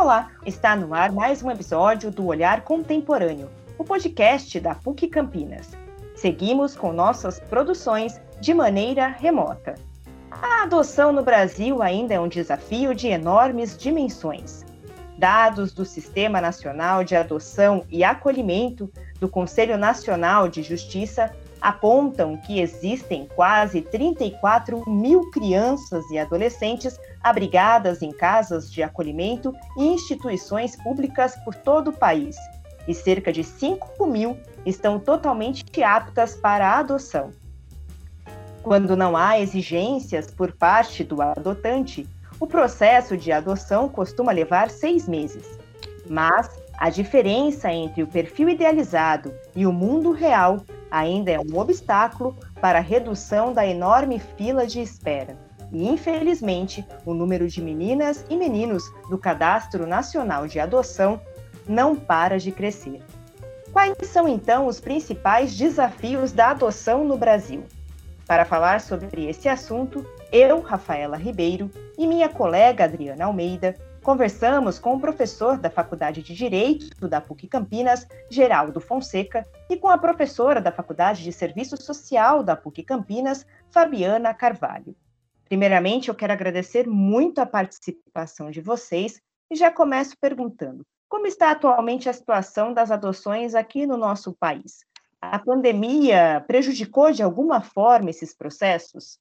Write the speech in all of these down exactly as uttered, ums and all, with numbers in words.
Olá, está no ar mais um episódio do Olhar Contemporâneo, o podcast da P U C Campinas. Seguimos com nossas produções de maneira remota. A adoção no Brasil ainda é um desafio de enormes dimensões. Dados do Sistema Nacional de Adoção e Acolhimento do Conselho Nacional de Justiça apontam que existem quase trinta e quatro mil crianças e adolescentes abrigadas em casas de acolhimento e instituições públicas por todo o país, e cerca de cinco mil estão totalmente aptas para a adoção. Quando não há exigências por parte do adotante, o processo de adoção costuma levar seis meses. Mas a diferença entre o perfil idealizado e o mundo real ainda é um obstáculo para a redução da enorme fila de espera. E, infelizmente, o número de meninas e meninos do Cadastro Nacional de Adoção não para de crescer. Quais são, então, os principais desafios da adoção no Brasil? Para falar sobre esse assunto, eu, Rafaela Ribeiro, e minha colega Adriana Almeida, conversamos com o professor da Faculdade de Direito da P U C Campinas, Geraldo Fonseca, e com a professora da Faculdade de Serviço Social da P U C Campinas, Fabiana Carvalho. Primeiramente, eu quero agradecer muito a participação de vocês e já começo perguntando: como está atualmente a situação das adoções aqui no nosso país? A pandemia prejudicou de alguma forma esses processos?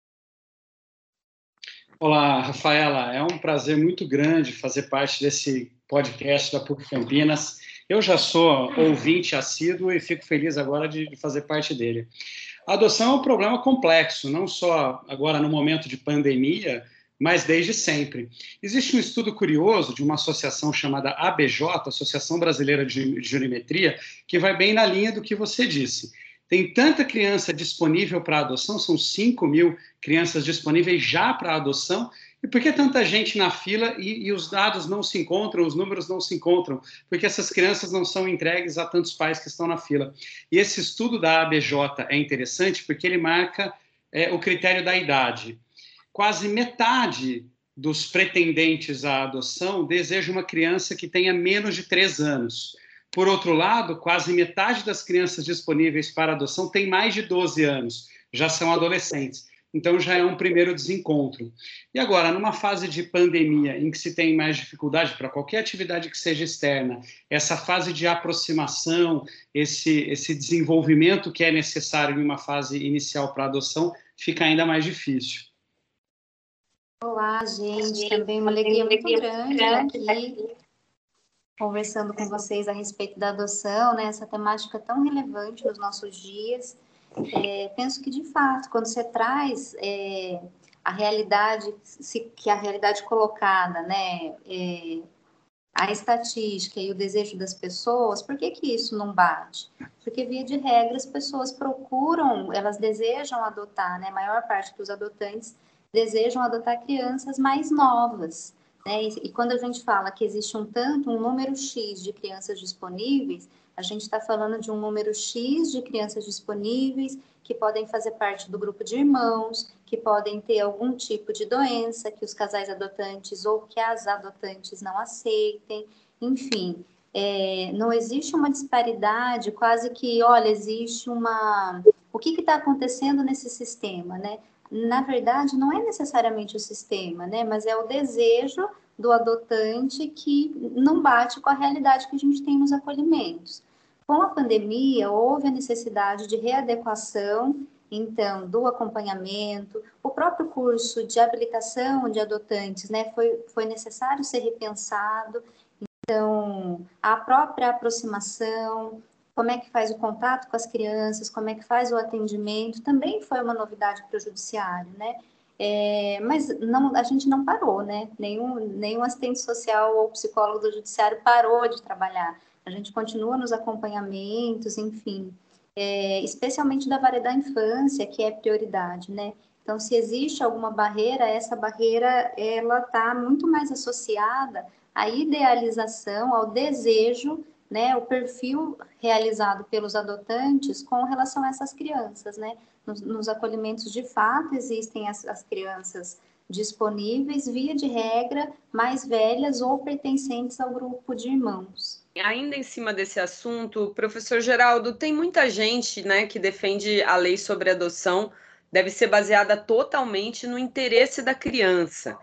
Olá, Rafaela. É um prazer muito grande fazer parte desse podcast da P U C Campinas. Eu já sou ouvinte assíduo e fico feliz agora de, de fazer parte dele. A adoção é um problema complexo, não só agora no momento de pandemia, mas desde sempre. Existe um estudo curioso de uma associação chamada A B J, Associação Brasileira de Jurimetria, que vai bem na linha do que você disse. Tem tanta criança disponível para adoção, são cinco mil crianças disponíveis já para adoção, e por que tanta gente na fila e, e os dados não se encontram, os números não se encontram? Porque essas crianças não são entregues a tantos pais que estão na fila. E esse estudo da A B J é interessante porque ele marca é, o critério da idade. Quase metade dos pretendentes à adoção deseja uma criança que tenha menos de três anos. Por outro lado, quase metade das crianças disponíveis para adoção tem mais de doze anos, já são adolescentes. Então, já é um primeiro desencontro. E agora, numa fase de pandemia, em que se tem mais dificuldade para qualquer atividade que seja externa, essa fase de aproximação, esse, esse desenvolvimento que é necessário em uma fase inicial para adoção, fica ainda mais difícil. Olá, gente. Também uma alegria muito grande estar aqui conversando com vocês a respeito da adoção, né? Essa temática tão relevante nos nossos dias. É, penso que, de fato, quando você traz é, a realidade, se, que a realidade colocada, né, é, a estatística e o desejo das pessoas, por que que isso não bate? Porque, via de regra, as pessoas procuram, elas desejam adotar, né, a maior parte dos adotantes desejam adotar crianças mais novas, né, e, e quando a gente fala que existe um tanto, um número X de crianças disponíveis, a gente está falando de um número X de crianças disponíveis que podem fazer parte do grupo de irmãos, que podem ter algum tipo de doença que os casais adotantes ou que as adotantes não aceitem. Enfim, é, não existe uma disparidade, quase que, olha, existe uma... O que está acontecendo nesse sistema, né? Na verdade, não é necessariamente o sistema, né? Mas é o desejo do adotante que não bate com a realidade que a gente tem nos acolhimentos. Com a pandemia, houve a necessidade de readequação, então, do acompanhamento, o próprio curso de habilitação de adotantes, né, foi, foi necessário ser repensado, então, a própria aproximação, como é que faz o contato com as crianças, como é que faz o atendimento, também foi uma novidade para o judiciário, né? É, mas não, a gente não parou, né? Nenhum, nenhum assistente social ou psicólogo do judiciário parou de trabalhar. A gente continua nos acompanhamentos, enfim, é, especialmente da vara da infância, que é prioridade, né? Então, se existe alguma barreira, essa barreira, ela está muito mais associada à idealização, ao desejo, né, o perfil realizado pelos adotantes com relação a essas crianças, né? Nos, nos acolhimentos, de fato, existem as, as crianças disponíveis, via de regra, mais velhas ou pertencentes ao grupo de irmãos. Ainda em cima desse assunto, professor Geraldo, tem muita gente, né, que defende a lei sobre adoção deve ser baseada totalmente no interesse da criança.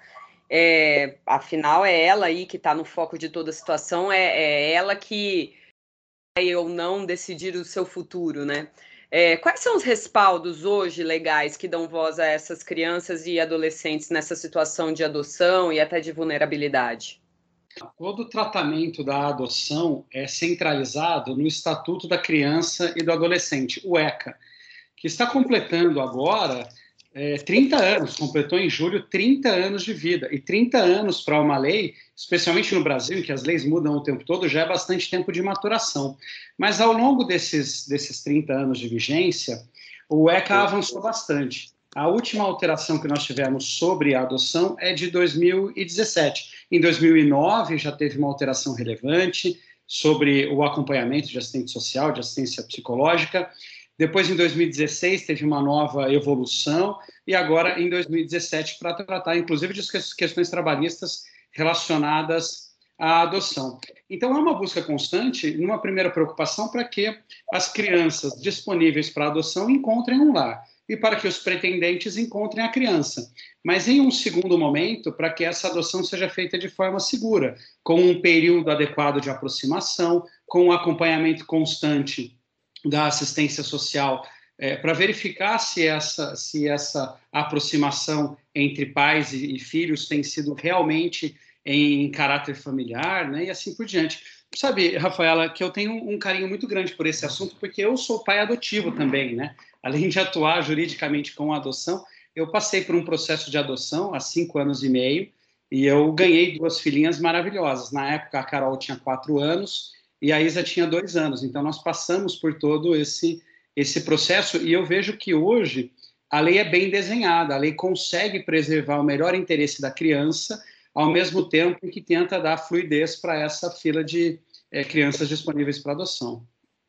É, afinal, é ela aí que está no foco de toda a situação, é, é ela que vai ou não decidir o seu futuro, né? É, quais são os respaldos hoje legais que dão voz a essas crianças e adolescentes nessa situação de adoção e até de vulnerabilidade? Todo o tratamento da adoção é centralizado no Estatuto da Criança e do Adolescente, o ECA, que está completando agora é, trinta anos, completou em julho trinta anos de vida. E trinta anos para uma lei, especialmente no Brasil, em que as leis mudam o tempo todo, já é bastante tempo de maturação. Mas ao longo desses, desses trinta anos de vigência, o ECA avançou bastante. A última alteração que nós tivemos sobre a adoção é de dois mil e dezessete. Em dois mil e nove já teve uma alteração relevante sobre o acompanhamento de assistente social, de assistência psicológica. Depois, em dois mil e dezesseis, teve uma nova evolução, e agora, em dois mil e dezessete, para tratar, inclusive, de questões trabalhistas relacionadas à adoção. Então, é uma busca constante, numa primeira preocupação, para que as crianças disponíveis para adoção encontrem um lar, e para que os pretendentes encontrem a criança. Mas, em um segundo momento, para que essa adoção seja feita de forma segura, com um período adequado de aproximação, com um acompanhamento constante da assistência social, é, para verificar se essa, se essa aproximação entre pais e, e filhos tem sido realmente em caráter familiar, né, e assim por diante. Sabe, Rafaela, que eu tenho um carinho muito grande por esse assunto, porque eu sou pai adotivo também, né? Além de atuar juridicamente com a adoção, eu passei por um processo de adoção há cinco anos e meio, e eu ganhei duas filhinhas maravilhosas. Na época, a Carol tinha quatro anos, e a Isa tinha dois anos, então nós passamos por todo esse, esse processo, e eu vejo que hoje a lei é bem desenhada, a lei consegue preservar o melhor interesse da criança, ao mesmo tempo que tenta dar fluidez para essa fila de é, crianças disponíveis para adoção.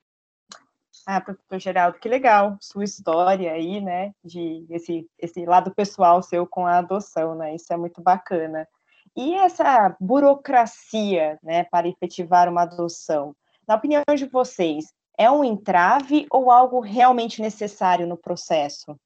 Ah, professor Geraldo, que legal sua história aí, né, de esse, esse lado pessoal seu com a adoção, né, isso é muito bacana. E essa burocracia, né, para efetivar uma adoção, na opinião de vocês, é um entrave ou algo realmente necessário no processo?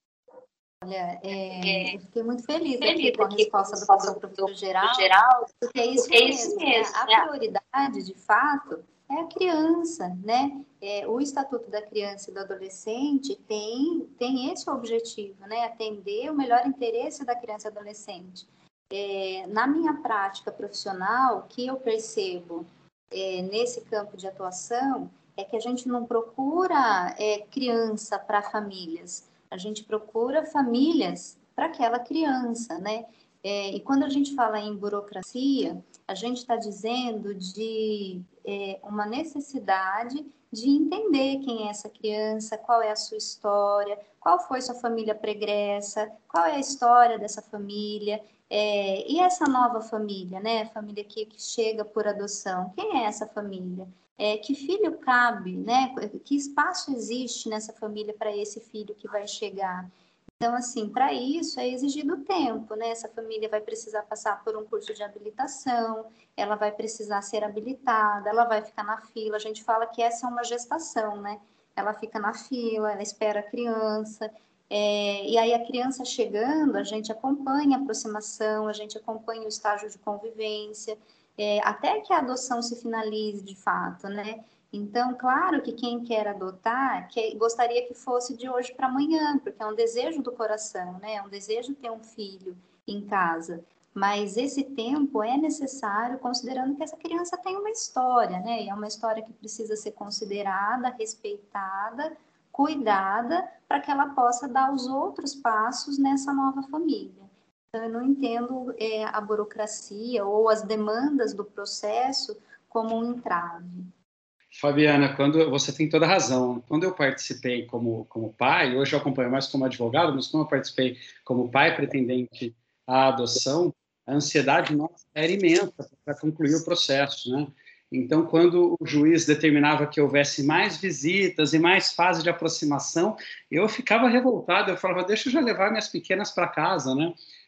Olha, é, eu fiquei muito feliz aqui com a resposta do professor, professor Geraldo, porque é isso mesmo, né? A prioridade, de fato, é a criança, né? É, o Estatuto da Criança e do Adolescente tem, tem esse objetivo, né? Atender o melhor interesse da criança e adolescente. É, na minha prática profissional, o que eu percebo é, nesse campo de atuação é que a gente não procura é, criança para famílias, a gente procura famílias para aquela criança, né? É, e quando a gente fala em burocracia, a gente está dizendo de é, uma necessidade de entender quem é essa criança, qual é a sua história, qual foi sua família pregressa, qual é a história dessa família. É, e essa nova família, né? Família que, que chega por adoção, quem é essa família? É, que filho cabe, né? Que espaço existe nessa família para esse filho que vai chegar? Então, assim, para isso é exigido tempo, né? Essa família vai precisar passar por um curso de habilitação, ela vai precisar ser habilitada, ela vai ficar na fila. A gente fala que essa é uma gestação, né? Ela fica na fila, ela espera a criança. É, e aí a criança chegando, a gente acompanha a aproximação, a gente acompanha o estágio de convivência, é, até que a adoção se finalize de fato, né? Então, claro que quem quer adotar, que, gostaria que fosse de hoje para amanhã, porque é um desejo do coração, né? É um desejo ter um filho em casa. Mas esse tempo é necessário, considerando que essa criança tem uma história, né? E é uma história que precisa ser considerada, respeitada, cuidada, para que ela possa dar os outros passos nessa nova família. Então, eu não entendo é, a burocracia ou as demandas do processo como um entrave. Fabiana, quando você tem toda a razão. Quando eu participei como, como pai, hoje eu acompanho mais como advogado, mas quando eu participei como pai pretendente à adoção, a ansiedade nossa era imensa para concluir o processo, né? Então, quando o juiz determinava que houvesse mais visitas e mais fase de aproximação, eu ficava revoltado, eu falava, deixa eu já levar minhas pequenas para casa, né?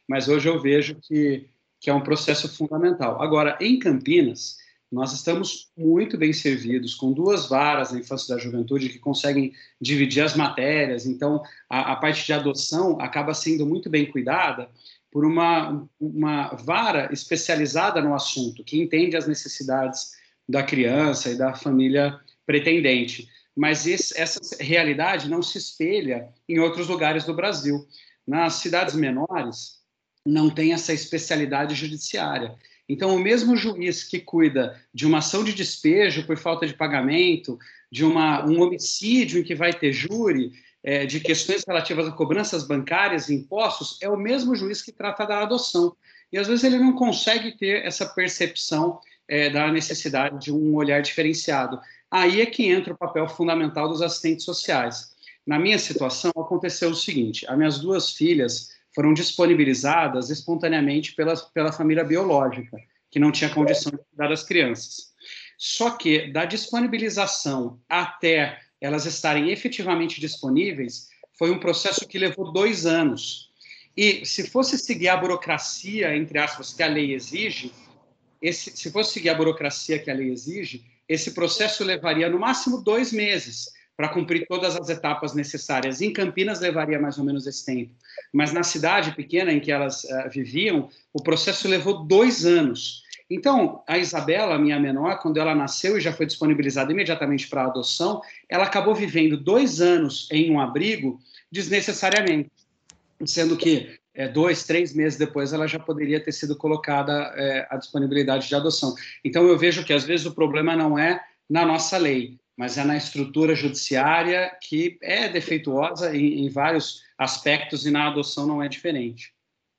mas hoje eu vejo que, que é um processo fundamental. Agora, em Campinas, nós estamos muito bem servidos, com duas varas na infância e da juventude que conseguem dividir as matérias, então a, a parte de adoção acaba sendo muito bem cuidada por uma, uma vara especializada no assunto, que entende as necessidades da criança e da família pretendente. Mas esse, essa realidade não se espelha em outros lugares do Brasil. Nas cidades menores, não tem essa especialidade judiciária. Então, o mesmo juiz que cuida de uma ação de despejo por falta de pagamento, de uma, um homicídio em que vai ter júri, é, de questões relativas a cobranças bancárias e impostos, é o mesmo juiz que trata da adoção. E, às vezes, ele não consegue ter essa percepção é, da necessidade de um olhar diferenciado. Aí é que entra o papel fundamental dos assistentes sociais. Na minha situação, aconteceu o seguinte: as minhas duas filhas foram disponibilizadas espontaneamente pela, pela família biológica, que não tinha condição de cuidar das crianças. Só que, da disponibilização até elas estarem efetivamente disponíveis, foi um processo que levou dois anos. E, se fosse seguir a burocracia, entre aspas, que a lei exige, esse, se fosse seguir a burocracia que a lei exige, esse processo levaria, no máximo, dois meses, para cumprir todas as etapas necessárias. Em Campinas levaria mais ou menos esse tempo, mas na cidade pequena em que elas uh, viviam, o processo levou dois anos. Então, a Isabela, minha menor, quando ela nasceu e já foi disponibilizada imediatamente para a adoção, ela acabou vivendo dois anos em um abrigo desnecessariamente, sendo que é, dois, três meses depois ela já poderia ter sido colocada é, à disponibilidade de adoção. Então, eu vejo que, às vezes, o problema não é na nossa lei, mas é na estrutura judiciária, que é defeituosa em, em vários aspectos, e na adoção não é diferente.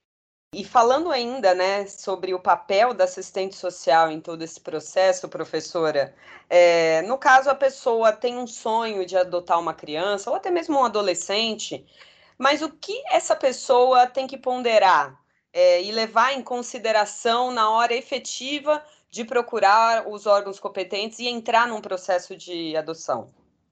E falando ainda, né, sobre o papel da assistente social em todo esse processo, professora, é, no caso a pessoa tem um sonho de adotar uma criança, ou até mesmo um adolescente, mas o que essa pessoa tem que ponderar é, e levar em consideração na hora efetiva de procurar os órgãos competentes e entrar num processo de adoção?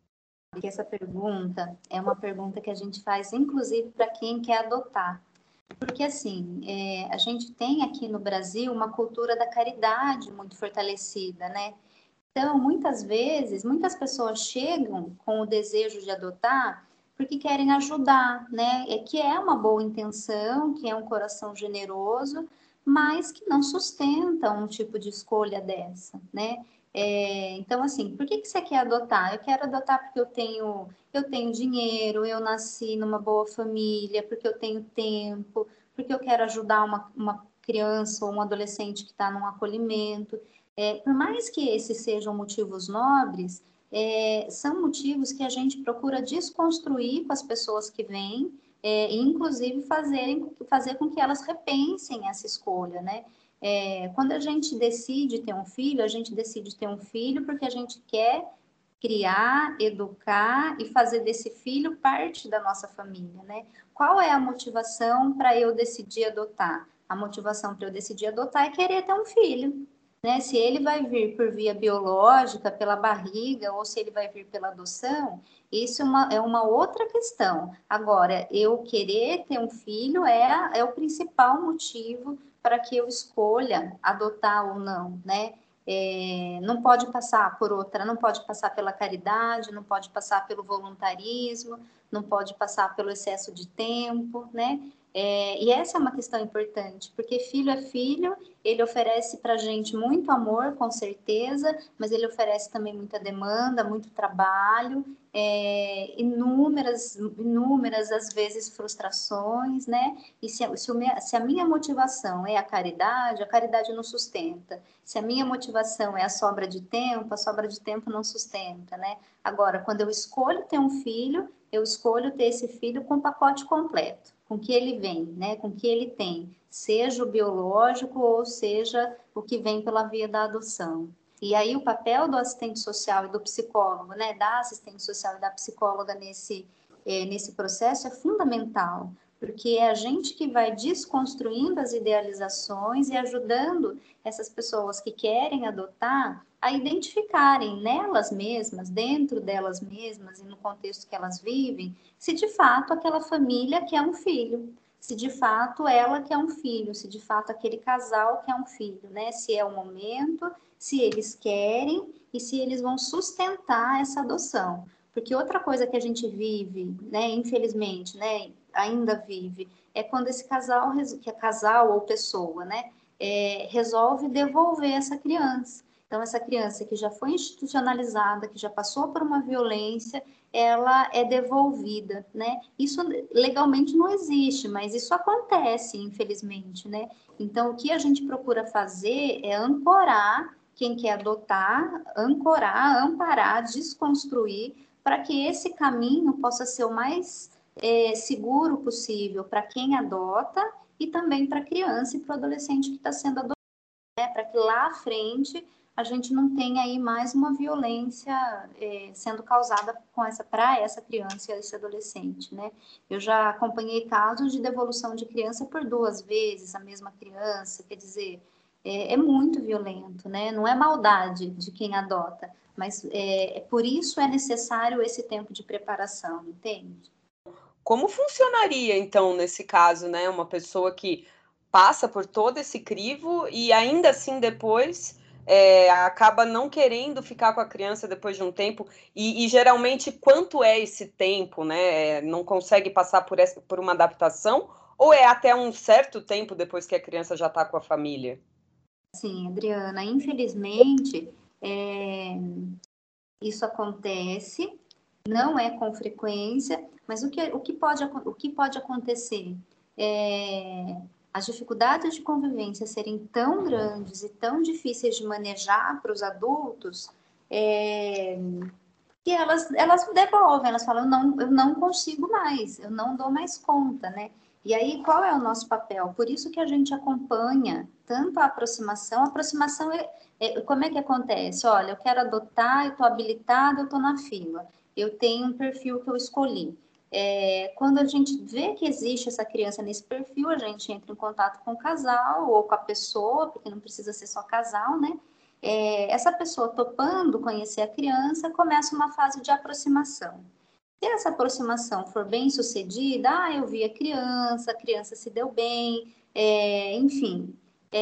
Essa pergunta é uma pergunta que a gente faz, inclusive, para quem quer adotar. Porque, assim, é, a gente tem aqui no Brasil uma cultura da caridade muito fortalecida, né? Então, muitas vezes, muitas pessoas chegam com o desejo de adotar porque querem ajudar, né? É que é uma boa intenção, que é um coração generoso, mas que não sustenta um tipo de escolha dessa, né? É, então, assim, por que que você quer adotar? Eu quero adotar porque eu tenho, eu tenho dinheiro, eu nasci numa boa família, porque eu tenho tempo, porque eu quero ajudar uma, uma criança ou um adolescente que está num acolhimento. É, por mais que esses sejam motivos nobres, é, são motivos que a gente procura desconstruir com as pessoas que vêm, é, e inclusive fazerem, fazer com que elas repensem essa escolha, né? É, quando a gente decide ter um filho, a gente decide ter um filho porque a gente quer criar, educar e fazer desse filho parte da nossa família, né? Qual é a motivação para eu decidir adotar? A motivação para eu decidir adotar é querer ter um filho, né? Se ele vai vir por via biológica, pela barriga, ou se ele vai vir pela adoção, isso é uma, é uma outra questão. Agora, eu querer ter um filho é, é o principal motivo para que eu escolha adotar ou não, né? É, não pode passar por outra, não pode passar pela caridade, não pode passar pelo voluntarismo, não pode passar pelo excesso de tempo, né? É, e essa é uma questão importante, porque filho é filho, ele oferece para a gente muito amor, com certeza, mas ele oferece também muita demanda, muito trabalho, é, inúmeras, inúmeras, às vezes, frustrações, né? E se, se, se a minha motivação é a caridade, a caridade não sustenta. Se a minha motivação é a sobra de tempo, a sobra de tempo não sustenta, né? Agora, quando eu escolho ter um filho, eu escolho ter esse filho com o pacote completo, com que ele vem, né? Com que ele tem, seja o biológico ou seja o que vem pela via da adoção. E aí o papel do assistente social e do psicólogo, né? Da assistente social e da psicóloga nesse, eh, nesse processo é fundamental, porque é a gente que vai desconstruindo as idealizações e ajudando essas pessoas que querem adotar a identificarem nelas mesmas, dentro delas mesmas e no contexto que elas vivem, se de fato aquela família quer um filho, se de fato ela quer um filho, se de fato aquele casal quer um filho, né? Se é o momento, se eles querem e se eles vão sustentar essa adoção. Porque outra coisa que a gente vive, né, infelizmente, né, ainda vive, é quando esse casal, que é casal ou pessoa, né, é, resolve devolver essa criança. Então, essa criança que já foi institucionalizada, que já passou por uma violência, ela é devolvida, né? Isso legalmente não existe, mas isso acontece, infelizmente, né? Então, o que a gente procura fazer é ancorar quem quer adotar, ancorar, amparar, desconstruir, para que esse caminho possa ser o mais é, seguro possível para quem adota e também para a criança e para o adolescente que está sendo adotado, né? Para que lá à frente a gente não tenha aí mais uma violência é, sendo causada com essa, para essa criança e esse adolescente, né? Eu já acompanhei casos de devolução de criança por duas vezes, a mesma criança, quer dizer, é, é muito violento, né? Não é maldade de quem adota, mas é, é por isso é necessário esse tempo de preparação, entende? Como funcionaria, então, nesse caso, né? Uma pessoa que passa por todo esse crivo e ainda assim depois é, acaba não querendo ficar com a criança depois de um tempo e, e geralmente quanto é esse tempo, né? Não consegue passar por, essa, por uma adaptação ou é até um certo tempo depois que a criança já está com a família? Sim, Adriana, infelizmente é, isso acontece, não é com frequência, mas o que, o que, pode, o que pode acontecer? É, as dificuldades de convivência serem tão grandes e tão difíceis de manejar para os adultos, é, que elas, elas devolvem, elas falam, não, eu não consigo mais, eu não dou mais conta, né? E aí, qual é o nosso papel? Por isso que a gente acompanha tanto a aproximação, a aproximação, é, é, como é que acontece? Olha, eu quero adotar, eu estou habilitada, eu estou na fila, eu tenho um perfil que eu escolhi. É, quando a gente vê que existe essa criança nesse perfil, a gente entra em contato com o casal ou com a pessoa, porque não precisa ser só casal, né? É, essa pessoa topando conhecer a criança, começa uma fase de aproximação. Se essa aproximação for bem sucedida, ah, eu vi a criança, a criança se deu bem, é, enfim,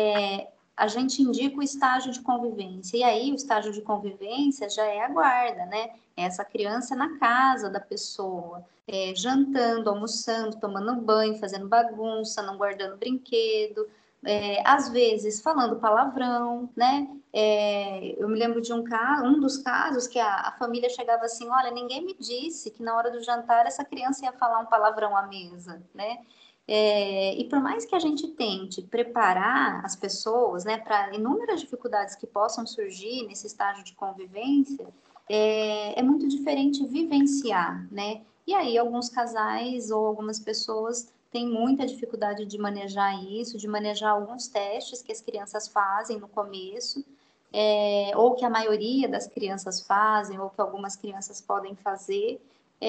é, a gente indica o estágio de convivência. E aí, o estágio de convivência já é a guarda, né? É essa criança na casa da pessoa, é, jantando, almoçando, tomando banho, fazendo bagunça, não guardando brinquedo, é, às vezes falando palavrão, né? É, eu me lembro de um caso, um dos casos que a, a família chegava assim, olha, ninguém me disse que na hora do jantar essa criança ia falar um palavrão à mesa, né? É, e por mais que a gente tente preparar as pessoas, né, para inúmeras dificuldades que possam surgir nesse estágio de convivência, é, é muito diferente vivenciar, né? E aí alguns casais ou algumas pessoas têm muita dificuldade de manejar isso, de manejar alguns testes que as crianças fazem no começo, é, ou que a maioria das crianças fazem, ou que algumas crianças podem fazer,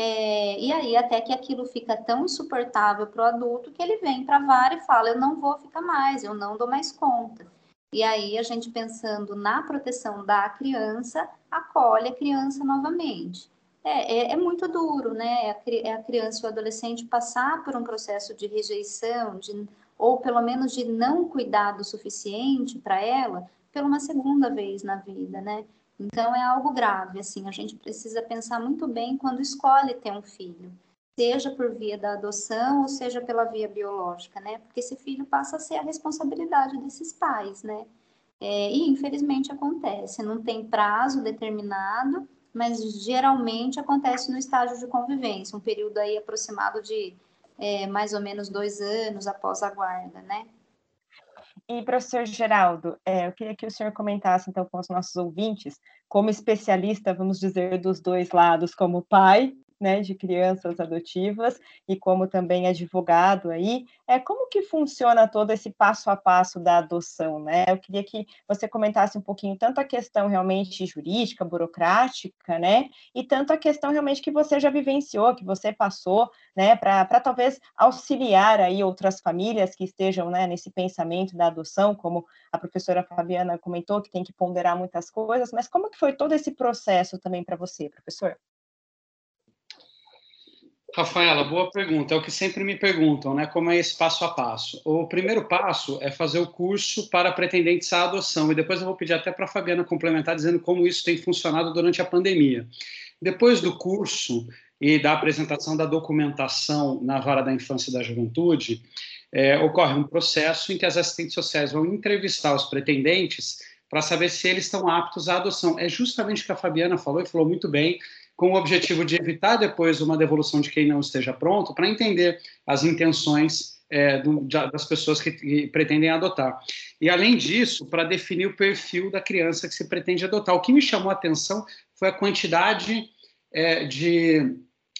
é, e aí até que aquilo fica tão insuportável para o adulto que ele vem para a vara e fala, eu não vou ficar mais, eu não dou mais conta. E aí a gente pensando na proteção da criança, acolhe a criança novamente. É, é, é muito duro, né? É a criança e o adolescente passar por um processo de rejeição, de, ou pelo menos de não cuidado suficiente para ela, pela uma segunda vez na vida, né? Então é algo grave, assim, a gente precisa pensar muito bem quando escolhe ter um filho, seja por via da adoção ou seja pela via biológica, né? Porque esse filho passa a ser a responsabilidade desses pais, né? É, e infelizmente acontece, não tem prazo determinado, mas geralmente acontece no estágio de convivência, um período aí aproximado de é, mais ou menos dois anos após a guarda, né? E, professor Geraldo, é, eu queria que o senhor comentasse, então, com os nossos ouvintes, como especialista, vamos dizer, dos dois lados, como pai, né, de crianças adotivas e como também advogado aí, é, como que funciona todo esse passo a passo da adoção, né? Eu queria que você comentasse um pouquinho tanto a questão realmente jurídica, burocrática, né, e tanto a questão realmente que você já vivenciou, que você passou, né, para talvez auxiliar aí outras famílias que estejam, né, nesse pensamento da adoção, como a professora Fabiana comentou, que tem que ponderar muitas coisas, mas como que foi todo esse processo também para você, professor? Rafaela, boa pergunta. É o que sempre me perguntam, né? Como é esse passo a passo? O primeiro passo é fazer o curso para pretendentes à adoção, e depois eu vou pedir até para a Fabiana complementar, dizendo como isso tem funcionado durante a pandemia. Depois do curso e da apresentação da documentação na Vara da Infância e da Juventude, é, ocorre um processo em que as assistentes sociais vão entrevistar os pretendentes para saber se eles estão aptos à adoção. É justamente o que a Fabiana falou, e falou muito bem, com o objetivo de evitar depois uma devolução de quem não esteja pronto, para entender as intenções é, do, das pessoas que, que pretendem adotar. E, além disso, para definir o perfil da criança que se pretende adotar. O que me chamou a atenção foi a quantidade é, de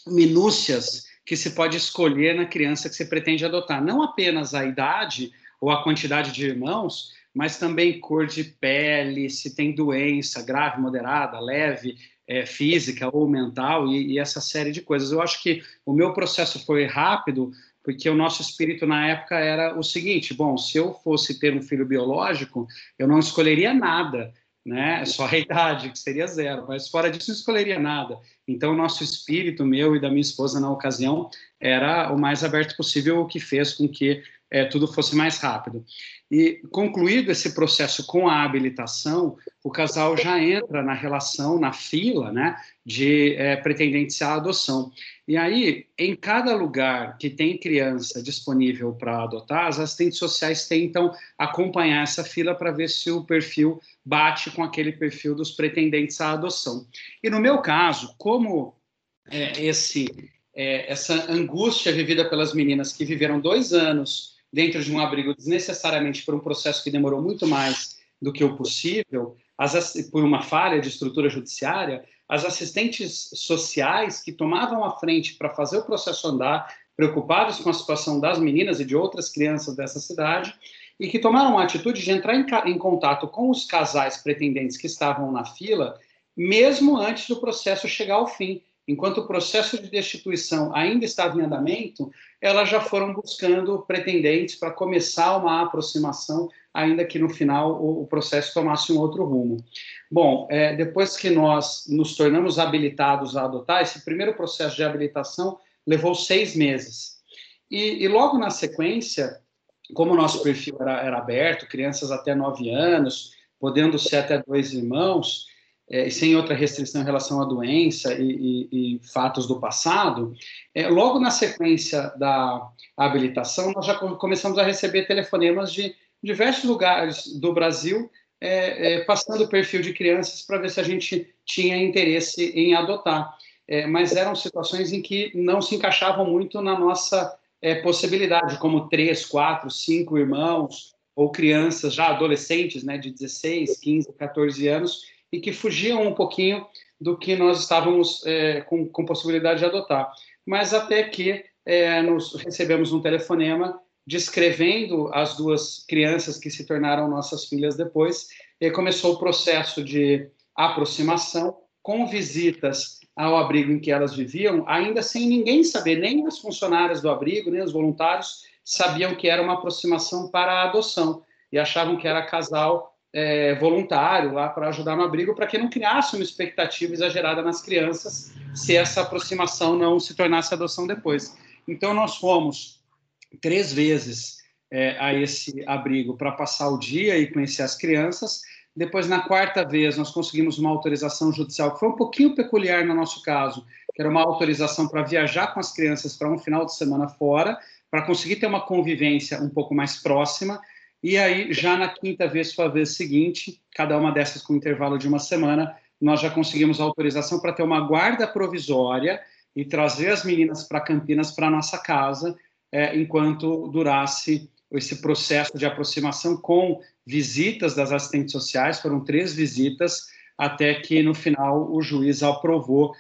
minúcias que se pode escolher na criança que se pretende adotar. Não apenas a idade ou a quantidade de irmãos, mas também cor de pele, se tem doença grave, moderada, leve, É, física ou mental, e, e essa série de coisas. Eu acho que o meu processo foi rápido, porque o nosso espírito na época era o seguinte: bom, se eu fosse ter um filho biológico, eu não escolheria nada, né? Só a idade, que seria zero, mas fora disso não escolheria nada. Então o nosso espírito, meu e da minha esposa na ocasião, era o mais aberto possível, o que fez com que é, tudo fosse mais rápido. E, concluído esse processo com a habilitação, o casal já entra na relação, na fila, né, de é, pretendentes à adoção. E aí, em cada lugar que tem criança disponível para adotar, as assistentes sociais tentam acompanhar essa fila para ver se o perfil bate com aquele perfil dos pretendentes à adoção. E no meu caso, como é, esse, é, essa angústia vivida pelas meninas que viveram dois anos dentro de um abrigo desnecessariamente por um processo que demorou muito mais do que o possível, as, por uma falha de estrutura judiciária, as assistentes sociais que tomavam a frente para fazer o processo andar, preocupados com a situação das meninas e de outras crianças dessa cidade, e que tomaram a atitude de entrar em, em contato com os casais pretendentes que estavam na fila, mesmo antes do processo chegar ao fim. Enquanto o processo de destituição ainda estava em andamento, elas já foram buscando pretendentes para começar uma aproximação, ainda que no final o, o processo tomasse um outro rumo. Bom, é, depois que nós nos tornamos habilitados a adotar, esse primeiro processo de habilitação levou seis meses. E, e logo na sequência, como o nosso perfil era, era aberto, crianças até nove anos, podendo ser até dois irmãos, É, sem outra restrição em relação à doença e, e, e fatos do passado, é, logo na sequência da habilitação, nós já começamos a receber telefonemas de diversos lugares do Brasil, é, é, passando o perfil de crianças para ver se a gente tinha interesse em adotar. É, mas eram situações em que não se encaixavam muito na nossa é, possibilidade, como três, quatro, cinco irmãos, ou crianças já adolescentes, né, de dezesseis, quinze, quatorze anos, e que fugiam um pouquinho do que nós estávamos é, com, com possibilidade de adotar. Mas até que é, nos recebemos um telefonema descrevendo as duas crianças que se tornaram nossas filhas depois, e começou o processo de aproximação, com visitas ao abrigo em que elas viviam, ainda sem ninguém saber, nem as funcionárias do abrigo, nem os voluntários, sabiam que era uma aproximação para a adoção, e achavam que era casal É, voluntário lá para ajudar no abrigo, para que não criasse uma expectativa exagerada nas crianças se essa aproximação não se tornasse adoção depois. Então, nós fomos três vezes é, a esse abrigo para passar o dia e conhecer as crianças. Depois, na quarta vez, nós conseguimos uma autorização judicial, que foi um pouquinho peculiar no nosso caso, que era uma autorização para viajar com as crianças para um final de semana fora, para conseguir ter uma convivência um pouco mais próxima. E aí, já na quinta vez, foi a vez seguinte, cada uma dessas com intervalo de uma semana, nós já conseguimos a autorização para ter uma guarda provisória e trazer as meninas para Campinas, para a nossa casa, é, enquanto durasse esse processo de aproximação com visitas das assistentes sociais. Foram três visitas, até que, no final, o juiz aprovou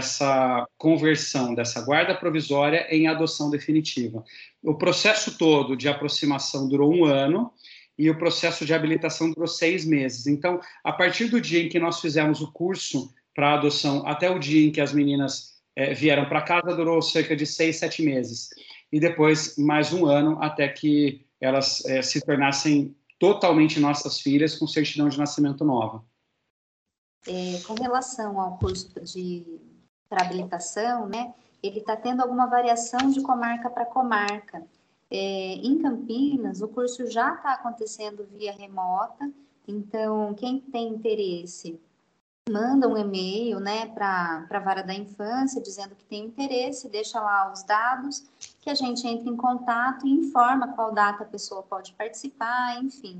essa conversão dessa guarda provisória em adoção definitiva. O processo todo de aproximação durou um ano e o processo de habilitação durou seis meses. Então, a partir do dia em que nós fizemos o curso para adoção até o dia em que as meninas é, vieram para casa, durou cerca de seis, sete meses. E depois, mais um ano, até que elas é, se tornassem totalmente nossas filhas, com certidão de nascimento nova. É, com relação ao curso de para habilitação, né? ele está tendo alguma variação de comarca para comarca. É, em Campinas, o curso já está acontecendo via remota, então quem tem interesse manda um e-mail, né, para a Vara da Infância, dizendo que tem interesse, deixa lá os dados, que a gente entra em contato e informa qual data a pessoa pode participar, enfim.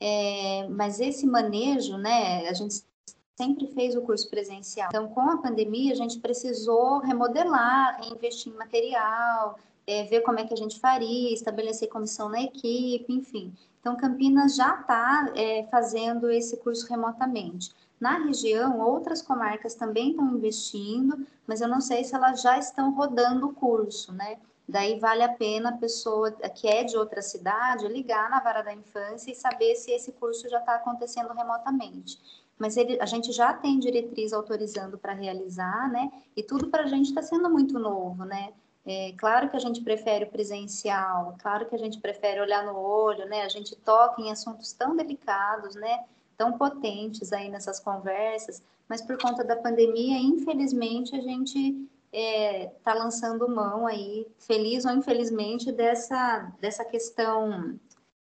É, mas esse manejo, né, a gente sempre fez o curso presencial. Então, com a pandemia, a gente precisou remodelar, reinvestir em material, é, ver como é que a gente faria, estabelecer comissão na equipe, enfim. Então, Campinas já está é, fazendo esse curso remotamente. Na região, outras comarcas também estão investindo, mas eu não sei se elas já estão rodando o curso, né? Daí vale a pena a pessoa que é de outra cidade ligar na Vara da Infância e saber se esse curso já está acontecendo remotamente. Mas ele, a gente já tem diretriz autorizando para realizar, né? E tudo para a gente está sendo muito novo, né? É, claro que a gente prefere o presencial, claro que a gente prefere olhar no olho, né? A gente toca em assuntos tão delicados, né? Tão potentes aí nessas conversas, mas por conta da pandemia, infelizmente, a gente está é, lançando mão aí, feliz ou infelizmente, dessa, dessa questão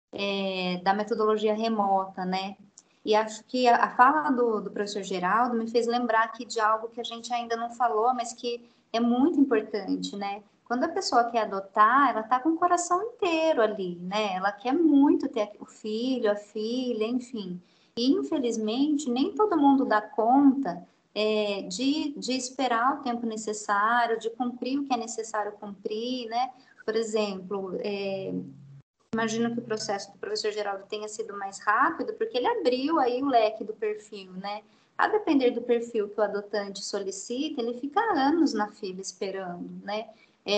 é, da metodologia remota, né? E acho que a, a fala do, do professor Geraldo me fez lembrar aqui de algo que a gente ainda não falou, mas que é muito importante, né? Quando a pessoa quer adotar, ela está com o coração inteiro ali, né? Ela quer muito ter o filho, a filha, enfim. E, infelizmente, nem todo mundo dá conta é, de, de esperar o tempo necessário, de cumprir o que é necessário cumprir, né? Por exemplo, é, imagino que o processo do professor Geraldo tenha sido mais rápido, porque ele abriu aí o leque do perfil, né? A depender do perfil que o adotante solicita, ele fica anos na fila esperando, né?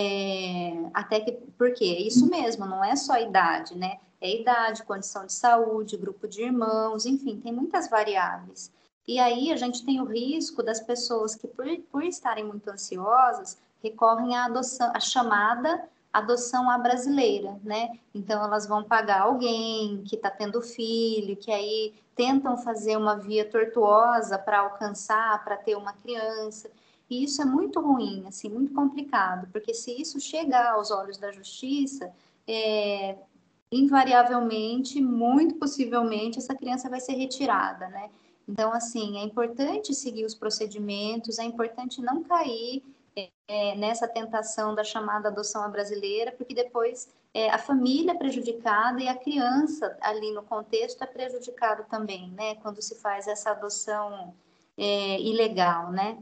É, até que, porque é isso mesmo, não é só a idade, né? É idade, condição de saúde, grupo de irmãos, enfim, tem muitas variáveis. E aí a gente tem o risco das pessoas que, por, por estarem muito ansiosas, recorrem à adoção, à chamada adoção à brasileira, né? Então elas vão pagar alguém que está tendo filho, que aí tentam fazer uma via tortuosa para alcançar, para ter uma criança. E isso é muito ruim, assim, muito complicado, porque se isso chegar aos olhos da justiça, é, invariavelmente, muito possivelmente, essa criança vai ser retirada, né? Então, assim, é importante seguir os procedimentos, é importante não cair é, nessa tentação da chamada adoção à brasileira, porque depois é, a família é prejudicada e a criança ali no contexto é prejudicado também, né? Quando se faz essa adoção é, ilegal, né?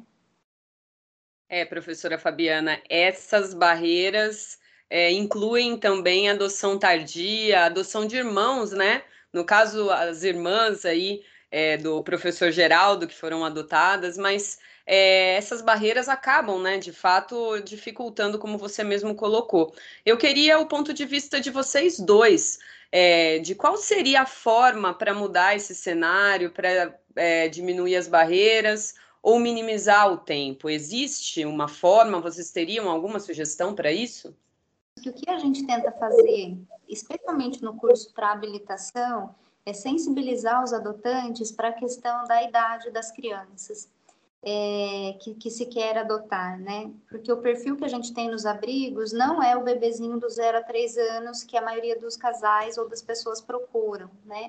É, professora Fabiana, essas barreiras é, incluem também a adoção tardia, a adoção de irmãos, né? No caso, as irmãs aí é, do professor Geraldo, que foram adotadas, mas é, essas barreiras acabam, né, de fato, dificultando, como você mesmo colocou. Eu queria o ponto de vista de vocês dois, é, de qual seria a forma para mudar esse cenário, para é, diminuir as barreiras ou minimizar o tempo? Existe uma forma? Vocês teriam alguma sugestão para isso? O que a gente tenta fazer, especialmente no curso para habilitação, é sensibilizar os adotantes para a questão da idade das crianças é, que, que se quer adotar, né? Porque o perfil que a gente tem nos abrigos não é o bebezinho do zero a três anos que a maioria dos casais ou das pessoas procuram, né?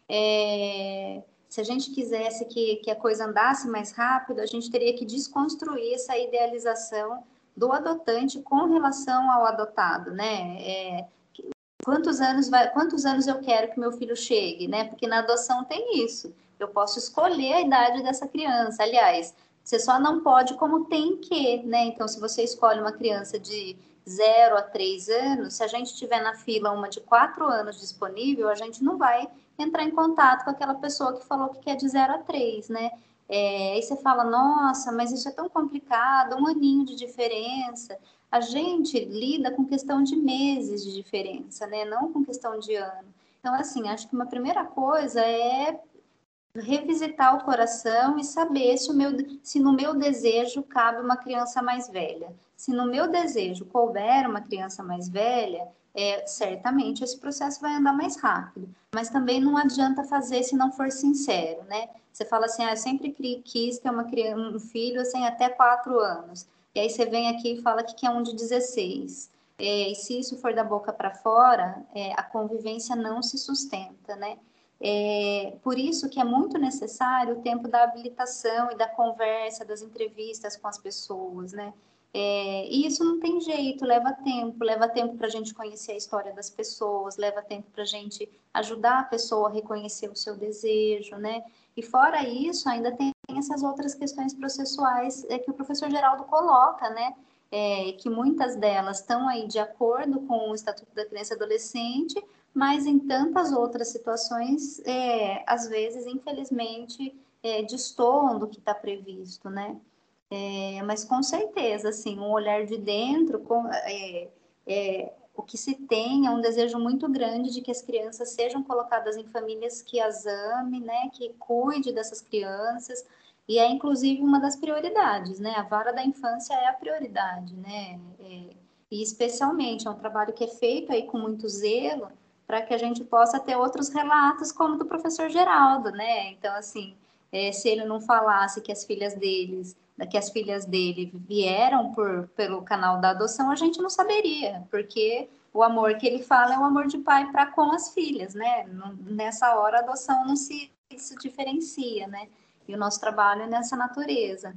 É, se a gente quisesse que, que a coisa andasse mais rápido, a gente teria que desconstruir essa idealização do adotante com relação ao adotado, né? É, quantos anos vai, quantos anos eu quero que meu filho chegue, né? Porque na adoção tem isso. Eu posso escolher a idade dessa criança. Aliás, você só não pode como tem que, né? Então, se você escolhe uma criança de zero a três anos, se a gente tiver na fila uma de quatro anos disponível, a gente não vai entrar em contato com aquela pessoa que falou que quer de zero a três, né? É, aí você fala, nossa, mas isso é tão complicado, um aninho de diferença. A gente lida com questão de meses de diferença, né? Não com questão de ano. Então, assim, acho que uma primeira coisa é revisitar o coração e saber se, o meu, se no meu desejo cabe uma criança mais velha. Se no meu desejo couber uma criança mais velha, é, certamente esse processo vai andar mais rápido. Mas também não adianta fazer se não for sincero, né? Você fala assim, ah, eu sempre quis ter uma criança, um filho assim, até quatro anos. e aí você vem aqui e fala que quer um de dezesseis. É, e se isso for da boca para fora, é, a convivência não se sustenta, né? É, por isso que é muito necessário o tempo da habilitação e da conversa, das entrevistas com as pessoas, né? É, e isso não tem jeito, leva tempo, leva tempo para a gente conhecer a história das pessoas, leva tempo para a gente ajudar a pessoa a reconhecer o seu desejo, né? E fora isso, ainda tem essas outras questões processuais é, que o professor Geraldo coloca, né? É, que muitas delas estão aí de acordo com o Estatuto da Criança e Adolescente, mas em tantas outras situações, é, às vezes, infelizmente, é, destoam do que está previsto, né? É, mas com certeza, assim, um olhar de dentro, com, é, é, o que se tem é um desejo muito grande de que as crianças sejam colocadas em famílias que as amem, né, que cuide dessas crianças, e é inclusive uma das prioridades, né, a vara da infância é a prioridade, né, é, e especialmente é um trabalho que é feito aí com muito zelo, para que a gente possa ter outros relatos como do professor Geraldo, né, então assim, é, se ele não falasse que as filhas deles que as filhas dele vieram por, pelo canal da adoção, a gente não saberia, porque o amor que ele fala é o amor de pai para com as filhas, né? Nessa hora a adoção não se, se diferencia, né? E o nosso trabalho é nessa natureza.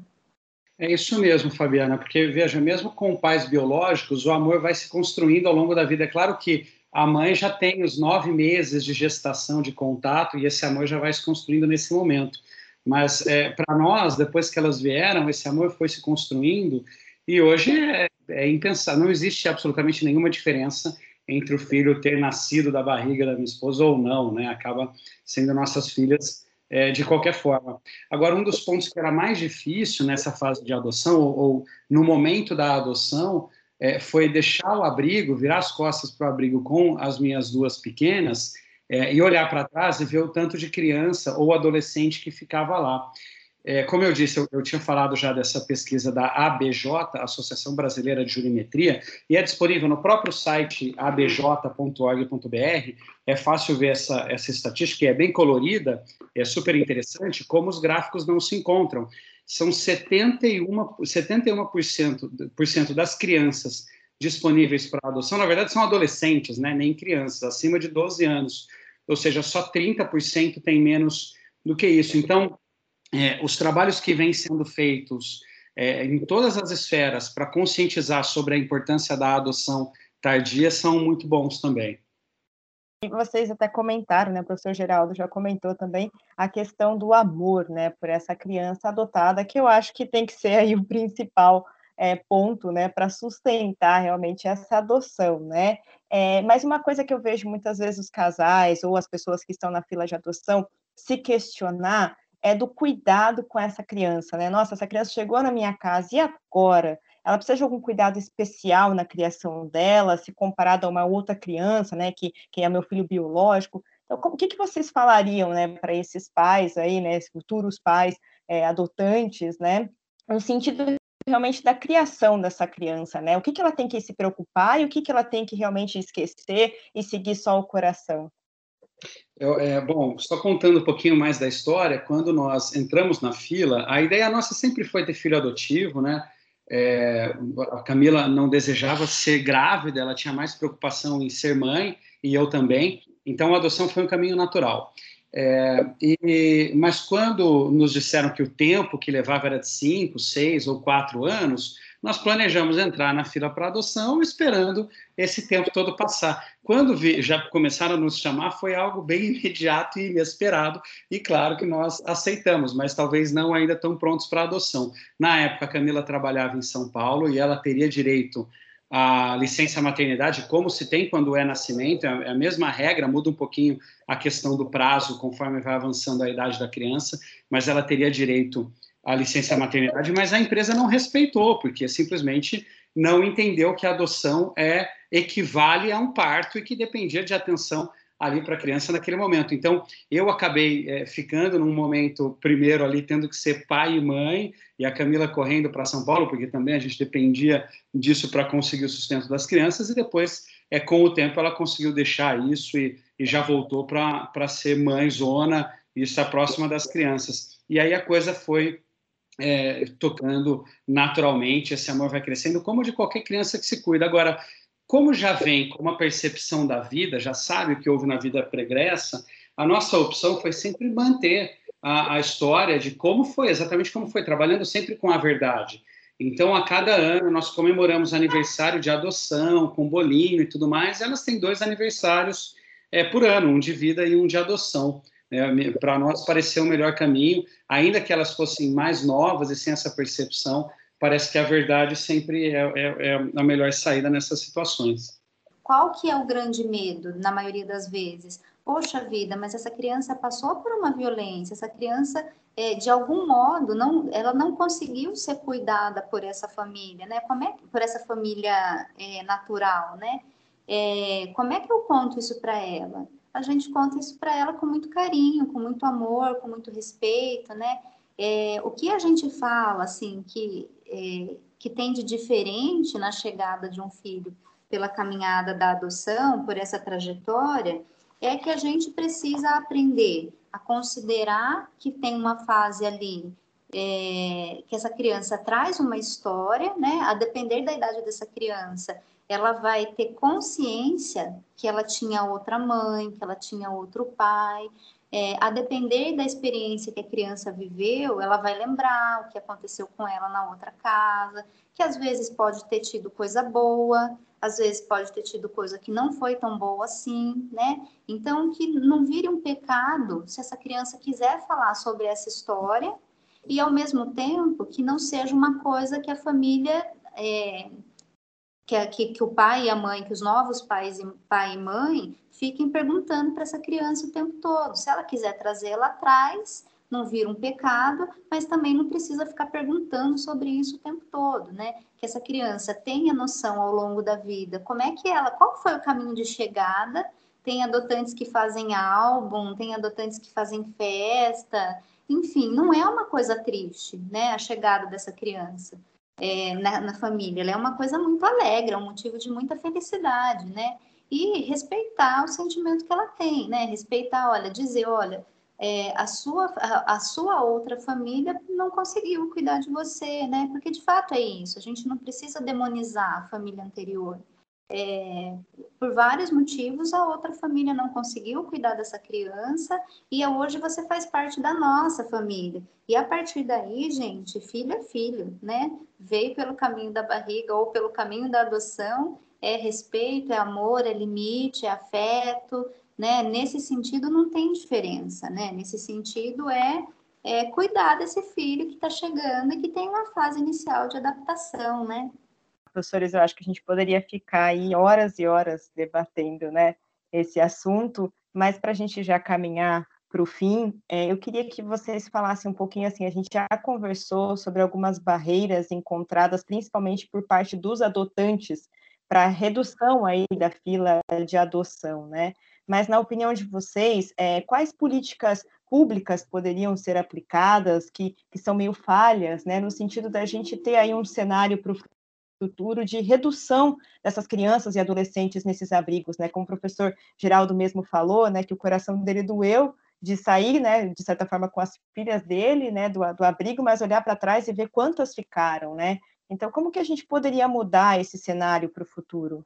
É isso mesmo, Fabiana, porque, veja, mesmo com pais biológicos, o amor vai se construindo ao longo da vida. É claro que a mãe já tem os nove meses de gestação, de contato, e esse amor já vai se construindo nesse momento. Mas, é, para nós, depois que elas vieram, esse amor foi se construindo, e hoje é, é impensável, não existe absolutamente nenhuma diferença entre o filho ter nascido da barriga da minha esposa ou não, né? Acaba sendo nossas filhas é, de qualquer forma. Agora, um dos pontos que era mais difícil nessa fase de adoção, ou, ou no momento da adoção, é, foi deixar o abrigo, virar as costas para o abrigo com as minhas duas pequenas, É, e olhar para trás e ver o tanto de criança ou adolescente que ficava lá. É, como eu disse, eu, eu tinha falado já dessa pesquisa da A B J, Associação Brasileira de Jurimetria, e é disponível no próprio site a b j ponto org ponto b r. É fácil ver essa, essa estatística, que é bem colorida, é super interessante, como os gráficos não se encontram. São setenta e um por cento, por cento das crianças disponíveis para adoção, na verdade, são adolescentes, né, nem crianças, acima de doze anos, ou seja, só trinta por cento tem menos do que isso. Então, é, os trabalhos que vêm sendo feitos é, em todas as esferas para conscientizar sobre a importância da adoção tardia são muito bons também. E vocês até comentaram, né, o professor Geraldo já comentou também, a questão do amor, né, por essa criança adotada, que eu acho que tem que ser aí o principal é, ponto, né, para sustentar realmente essa adoção, né. É, mas uma coisa que eu vejo muitas vezes os casais ou as pessoas que estão na fila de adoção se questionar é do cuidado com essa criança, né. Nossa, essa criança chegou na minha casa, e agora? Ela precisa de algum cuidado especial na criação dela, se comparado a uma outra criança, né, que, que é meu filho biológico. Então, como, o que, que vocês falariam, né, para esses pais aí, né, futuros pais é, adotantes, né, no sentido realmente da criação dessa criança, né? O que, que ela tem que se preocupar e o que, que ela tem que realmente esquecer e seguir só o coração? Eu, é, bom, só contando um pouquinho mais da história, quando nós entramos na fila, a ideia nossa sempre foi ter filho adotivo, né? É, a Camila não desejava ser grávida, ela tinha mais preocupação em ser mãe, e eu também, então a adoção foi um caminho natural. É, e, mas quando nos disseram que o tempo que levava era de cinco, seis ou quatro anos, nós planejamos entrar na fila para adoção esperando esse tempo todo passar. Quando vi, já começaram a nos chamar, foi algo bem imediato e inesperado, e claro que nós aceitamos, mas talvez não ainda tão prontos para adoção. Na época, a Camila trabalhava em São Paulo e ela teria direito à licença maternidade, como se tem quando é nascimento, é a mesma regra, muda um pouquinho a questão do prazo conforme vai avançando a idade da criança, mas ela teria direito à licença maternidade, mas a empresa não respeitou, porque simplesmente não entendeu que a adoção é, equivale a um parto e que dependia de atenção ali para a criança naquele momento. Então, eu acabei é, ficando num momento, primeiro ali, tendo que ser pai e mãe, e a Camila correndo para São Paulo, porque também a gente dependia disso para conseguir o sustento das crianças, e depois, é, com o tempo, ela conseguiu deixar isso e, e já voltou para ser mãezona e estar próxima das crianças. E aí a coisa foi é, tocando naturalmente, esse amor vai crescendo, como de qualquer criança que se cuida. Agora, como já vem com uma percepção da vida, já sabe o que houve na vida pregressa, a nossa opção foi sempre manter a, a história de como foi, exatamente como foi, trabalhando sempre com a verdade. Então, a cada ano, nós comemoramos aniversário de adoção, com bolinho e tudo mais. Elas têm dois aniversários é, por ano, um de vida e um de adoção. É, para nós, pareceu o melhor caminho, ainda que elas fossem mais novas e sem essa percepção, parece que a verdade sempre é, é, é a melhor saída nessas situações. Qual que é o grande medo, na maioria das vezes? Poxa vida, mas essa criança passou por uma violência, essa criança, é, de algum modo, não, ela não conseguiu ser cuidada por essa família, né? Como é, por essa família é, natural, né? É, como é que eu conto isso para ela? A gente conta isso para ela com muito carinho, com muito amor, com muito respeito, né? É, o que a gente fala, assim, que, é, que tem de diferente na chegada de um filho pela caminhada da adoção, por essa trajetória, é que a gente precisa aprender a considerar que tem uma fase ali, é, que essa criança traz uma história, né? A depender da idade dessa criança, ela vai ter consciência que ela tinha outra mãe, que ela tinha outro pai. É, a depender da experiência que a criança viveu, ela vai lembrar o que aconteceu com ela na outra casa, que às vezes pode ter tido coisa boa, às vezes pode ter tido coisa que não foi tão boa assim, né? Então, que não vire um pecado se essa criança quiser falar sobre essa história e, ao mesmo tempo, que não seja uma coisa que a família... É, que, que, que o pai e a mãe, que os novos pais, pai e mãe, fiquem perguntando para essa criança o tempo todo. Se ela quiser trazer, ela traz, não vira um pecado, mas também não precisa ficar perguntando sobre isso o tempo todo, né? Que essa criança tenha noção ao longo da vida, como é que ela, qual foi o caminho de chegada. Tem adotantes que fazem álbum, tem adotantes que fazem festa, enfim, não é uma coisa triste, né? A chegada dessa criança. É, na, na família, ela é uma coisa muito alegre, é um motivo de muita felicidade, né? E respeitar o sentimento que ela tem, né? Respeitar, olha, dizer, olha, é, a, sua, a, a sua outra família não conseguiu cuidar de você, né? Porque de fato é isso, a gente não precisa demonizar a família anterior. É, por vários motivos, a outra família não conseguiu cuidar dessa criança e hoje você faz parte da nossa família. E a partir daí, gente, filho é filho, né? Veio pelo caminho da barriga ou pelo caminho da adoção, é respeito, é amor, é limite, é afeto, né? Nesse sentido não tem diferença, né? Nesse sentido é, é cuidar desse filho que está chegando e que tem uma fase inicial de adaptação, né? Professores, eu acho que a gente poderia ficar aí horas e horas debatendo, né, esse assunto, mas para a gente já caminhar para o fim, é, eu queria que vocês falassem um pouquinho, assim, a gente já conversou sobre algumas barreiras encontradas, principalmente por parte dos adotantes, para a redução aí da fila de adoção, né, mas na opinião de vocês, é, quais políticas públicas poderiam ser aplicadas que, que são meio falhas, né, no sentido da gente ter aí um cenário para o futuro de redução dessas crianças e adolescentes nesses abrigos, né? Como o professor Geraldo mesmo falou, né, que o coração dele doeu de sair, né, de certa forma, com as filhas dele, né, do, do abrigo, mas olhar para trás e ver quantas ficaram, né? Então, como que a gente poderia mudar esse cenário para o futuro?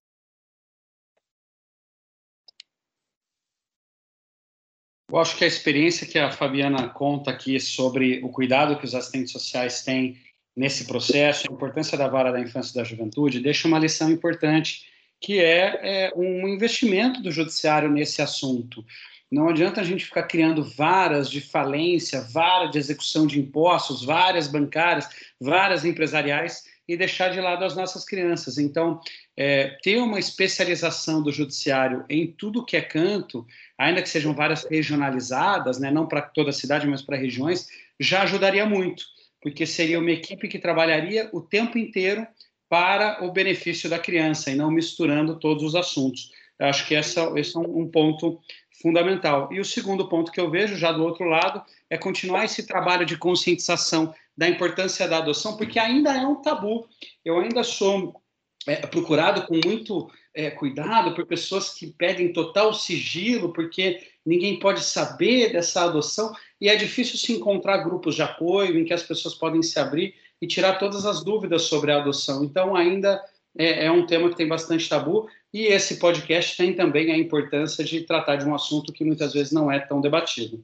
Eu acho que a experiência que a Fabiana conta aqui sobre o cuidado que os assistentes sociais têm nesse processo, a importância da vara da infância e da juventude, deixa uma lição importante, que é, é um investimento do judiciário nesse assunto. Não adianta a gente ficar criando varas de falência, vara de execução de impostos, várias bancárias, várias empresariais, e deixar de lado as nossas crianças. Então, é, ter uma especialização do judiciário em tudo que é canto, ainda que sejam várias regionalizadas, né, não para toda a cidade, mas para regiões, já ajudaria muito, porque seria uma equipe que trabalharia o tempo inteiro para o benefício da criança e não misturando todos os assuntos. Eu acho que essa, esse é um ponto fundamental. E o segundo ponto que eu vejo, já do outro lado, é continuar esse trabalho de conscientização da importância da adoção, porque ainda é um tabu. Eu ainda sou é procurado com muito é, cuidado por pessoas que pedem total sigilo, porque ninguém pode saber dessa adoção, e é difícil se encontrar grupos de apoio em que as pessoas podem se abrir e tirar todas as dúvidas sobre a adoção. Então, ainda é, é um tema que tem bastante tabu, e esse podcast tem também a importância de tratar de um assunto que muitas vezes não é tão debatido.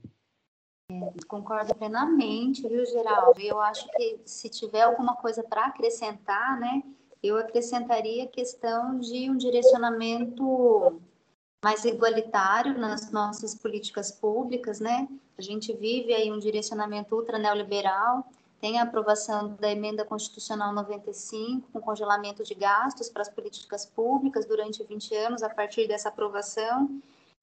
Concordo plenamente, viu, Geraldo? Eu acho que se tiver alguma coisa para acrescentar, né, eu acrescentaria a questão de um direcionamento mais igualitário nas nossas políticas públicas, né? A gente vive aí um direcionamento ultra neoliberal, tem a aprovação da emenda constitucional noventa e cinco, com congelamento de gastos para as políticas públicas durante vinte anos a partir dessa aprovação,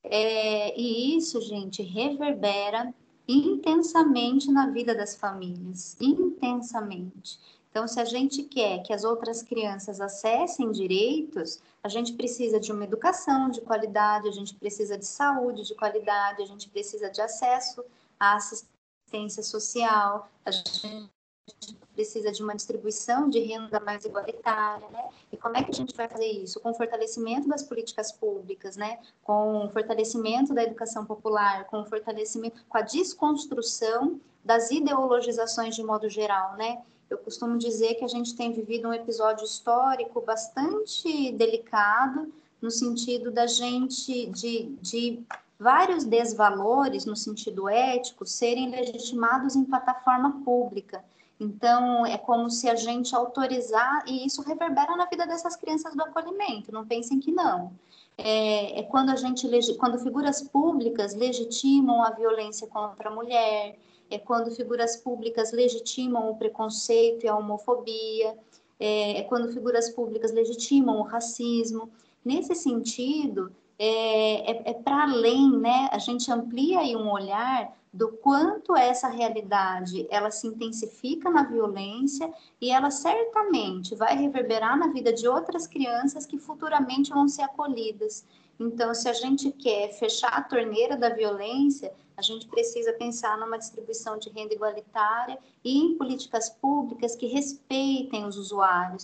é, e isso, gente, reverbera intensamente na vida das famílias, intensamente. Então, se a gente quer que as outras crianças acessem direitos, a gente precisa de uma educação de qualidade, a gente precisa de saúde de qualidade, a gente precisa de acesso à assistência social, a gente precisa de uma distribuição de renda mais igualitária, né? E como é que a gente vai fazer isso? Com o fortalecimento das políticas públicas, né? Com o fortalecimento da educação popular, com o fortalecimento, com a desconstrução das ideologizações de modo geral, né? Eu costumo dizer que a gente tem vivido um episódio histórico bastante delicado, no sentido da gente, de, de vários desvalores, no sentido ético, serem legitimados em plataforma pública. Então, é como se a gente autorizar, e isso reverbera na vida dessas crianças do acolhimento, não pensem que não. É, é quando a gente, quando figuras públicas legitimam a violência contra a mulher, é quando figuras públicas legitimam o preconceito e a homofobia, é, é quando figuras públicas legitimam o racismo. Nesse sentido, é, é, é para além, né? A gente amplia aí um olhar do quanto essa realidade ela se intensifica na violência e ela certamente vai reverberar na vida de outras crianças que futuramente vão ser acolhidas. Então, se a gente quer fechar a torneira da violência, a gente precisa pensar numa distribuição de renda igualitária e em políticas públicas que respeitem os usuários.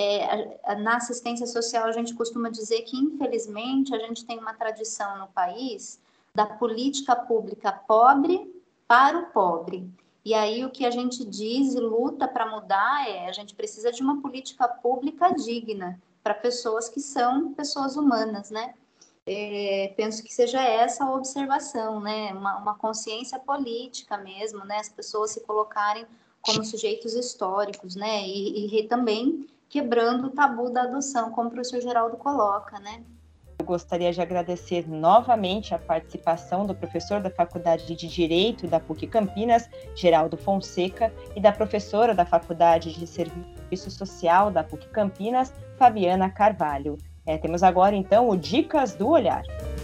É, na assistência social, a gente costuma dizer que, infelizmente, a gente tem uma tradição no país da política pública pobre para o pobre. E aí o que a gente diz e luta para mudar é a gente precisa de uma política pública digna para pessoas que são pessoas humanas, né? É, penso que seja essa a observação, né? Uma, uma consciência política mesmo, né? As pessoas se colocarem como sujeitos históricos, né? E, e também quebrando o tabu da adoção, como o professor Geraldo coloca, né? Eu gostaria de agradecer novamente a participação do professor da Faculdade de Direito da PUC Campinas, Geraldo Fonseca, e da professora da Faculdade de Serviço Social da PUC Campinas, Fabiana Carvalho. É, temos agora, então, o Dicas do Olhar.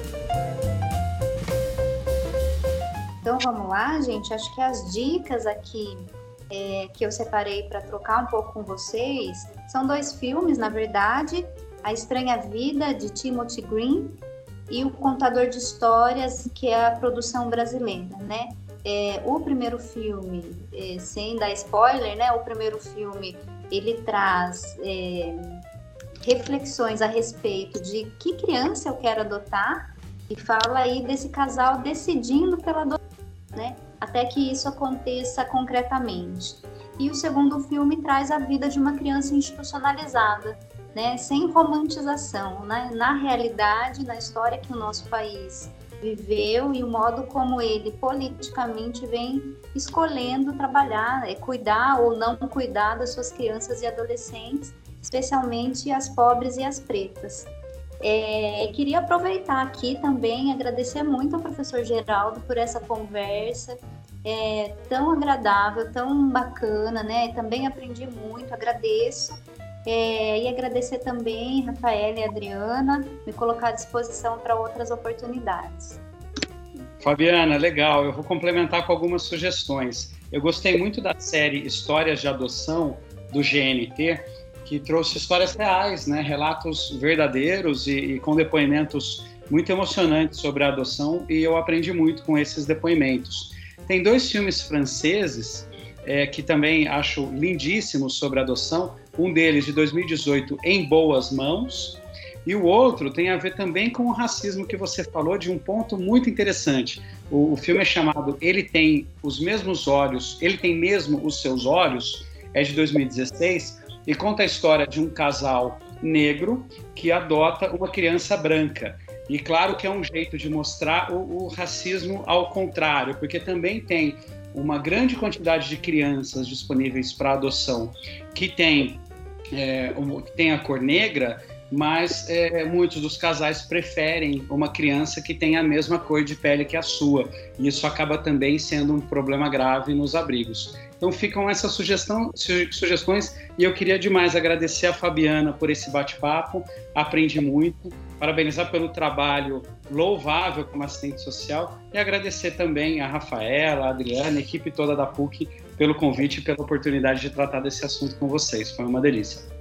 Então, vamos lá, gente. Acho que as dicas aqui é, que eu separei para trocar um pouco com vocês são dois filmes, na verdade, A Estranha Vida, de Timothy Green, e O Contador de Histórias, que é a produção brasileira, né? É, o primeiro filme, é, sem dar spoiler, né? O primeiro filme, ele traz é, reflexões a respeito de que criança eu quero adotar e fala aí desse casal decidindo pela adoção, né? Até que isso aconteça concretamente. E o segundo filme traz a vida de uma criança institucionalizada, né, sem romantização, né, na realidade, na história que o nosso país viveu e o modo como ele politicamente vem escolhendo trabalhar, né, cuidar ou não cuidar das suas crianças e adolescentes, especialmente as pobres e as pretas. É, queria aproveitar aqui também, agradecer muito ao professor Geraldo por essa conversa é, tão agradável, tão bacana, né? Também aprendi muito, agradeço. É, e agradecer também Rafaela e Adriana, me colocar à disposição para outras oportunidades. Fabiana, legal, eu vou complementar com algumas sugestões. Eu gostei muito da série Histórias de Adoção do G N T, que trouxe histórias reais, né? Relatos verdadeiros e, e com depoimentos muito emocionantes sobre a adoção, e eu aprendi muito com esses depoimentos. Tem dois filmes franceses é, que também acho lindíssimos sobre adoção. um deles de dois mil e dezoito, Em Boas Mãos, e o outro tem a ver também com o racismo que você falou, de um ponto muito interessante. O, o filme é chamado Ele Tem os Mesmos Olhos, Ele Tem Mesmo os Seus Olhos, é de dois mil e dezesseis, e conta a história de um casal negro que adota uma criança branca. E claro que é um jeito de mostrar o, o racismo ao contrário, porque também tem uma grande quantidade de crianças disponíveis para adoção que tem, é, um, que tem a cor negra, mas é, muitos dos casais preferem uma criança que tem a mesma cor de pele que a sua, e isso acaba também sendo um problema grave nos abrigos. Então ficam essas sugestão, sugestões, e eu queria demais agradecer a Fabiana por esse bate-papo, aprendi muito, parabenizar pelo trabalho louvável como assistente social, e agradecer também a Rafaela, a Adriana, a equipe toda da P U C, pelo convite e pela oportunidade de tratar desse assunto com vocês. Foi uma delícia.